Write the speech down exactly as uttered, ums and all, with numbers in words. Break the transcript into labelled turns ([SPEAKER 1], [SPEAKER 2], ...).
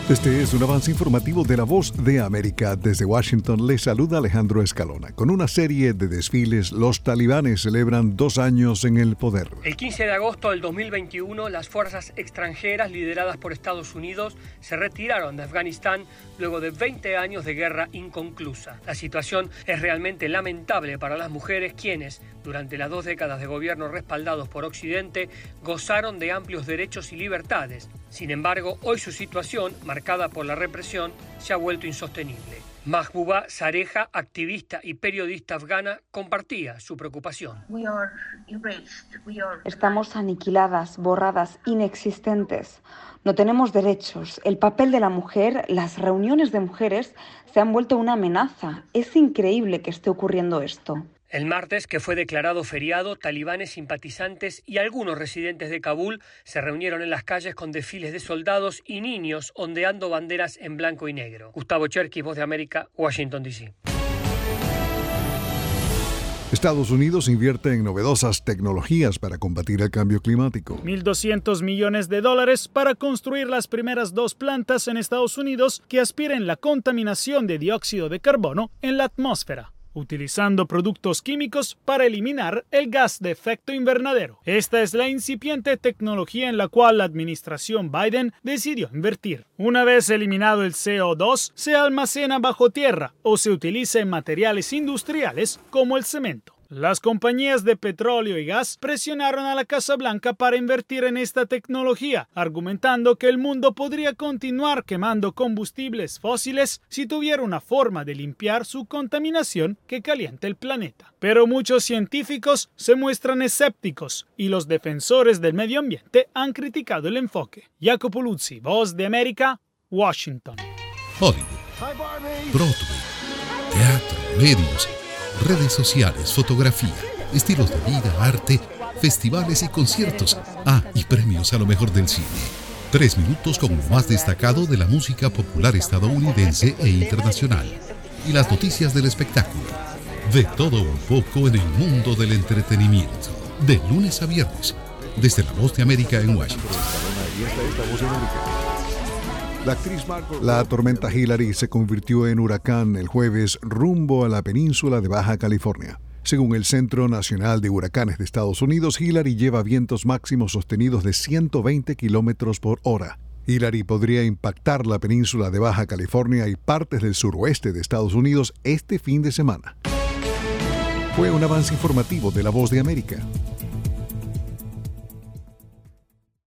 [SPEAKER 1] Este es un avance informativo de La Voz de América. Desde Washington les saluda Alejandro Escalona. Con una serie de desfiles, los talibanes celebran dos años en el poder.
[SPEAKER 2] El quince de agosto del dos mil veintiuno, las fuerzas extranjeras lideradas por Estados Unidos se retiraron de Afganistán luego de veinte años de guerra inconclusa. La situación es realmente lamentable para las mujeres quienes, durante las dos décadas de gobierno respaldados por Occidente, gozaron de amplios derechos y libertades. Sin embargo, hoy su situación, marcada por la represión, se ha vuelto insostenible. Mahbuba Sareja, activista y periodista afgana, compartía su preocupación.
[SPEAKER 3] Estamos aniquiladas, borradas, inexistentes. No tenemos derechos. El papel de la mujer, las reuniones de mujeres, se han vuelto una amenaza. Es increíble que esté ocurriendo esto.
[SPEAKER 2] El martes, que fue declarado feriado, talibanes, simpatizantes y algunos residentes de Kabul se reunieron en las calles con desfiles de soldados y niños ondeando banderas en blanco y negro. Gustavo Cherkis, Voz de América, Washington, D C
[SPEAKER 1] Estados Unidos invierte en novedosas tecnologías para combatir el cambio climático.
[SPEAKER 4] mil doscientos millones de dólares para construir las primeras dos plantas en Estados Unidos que aspiren la contaminación de dióxido de carbono en la atmósfera, utilizando productos químicos para eliminar el gas de efecto invernadero. Esta es la incipiente tecnología en la cual la administración Biden decidió invertir. Una vez eliminado el C O dos, se almacena bajo tierra o se utiliza en materiales industriales como el cemento. Las compañías de petróleo y gas presionaron a la Casa Blanca para invertir en esta tecnología, argumentando que el mundo podría continuar quemando combustibles fósiles si tuviera una forma de limpiar su contaminación que calienta el planeta. Pero muchos científicos se muestran escépticos y los defensores del medio ambiente han criticado el enfoque. Jacopo Luzzi, Voz de América, Washington.
[SPEAKER 5] Hollywood, Broadway, teatro, medios, redes sociales, fotografía, estilos de vida, arte, festivales y conciertos. Ah, y premios a lo mejor del cine. Tres minutos con lo más destacado de la música popular estadounidense e internacional. Y las noticias del espectáculo. De todo un poco en el mundo del entretenimiento. De lunes a viernes. Desde La Voz de América en Washington.
[SPEAKER 1] La actriz Margot... La tormenta Hilary se convirtió en huracán el jueves rumbo a la península de Baja California. Según el Centro Nacional de Huracanes de Estados Unidos, Hilary lleva vientos máximos sostenidos de ciento veinte kilómetros por hora. Hilary podría impactar la península de Baja California y partes del suroeste de Estados Unidos este fin de semana. Fue un avance informativo de La Voz de América.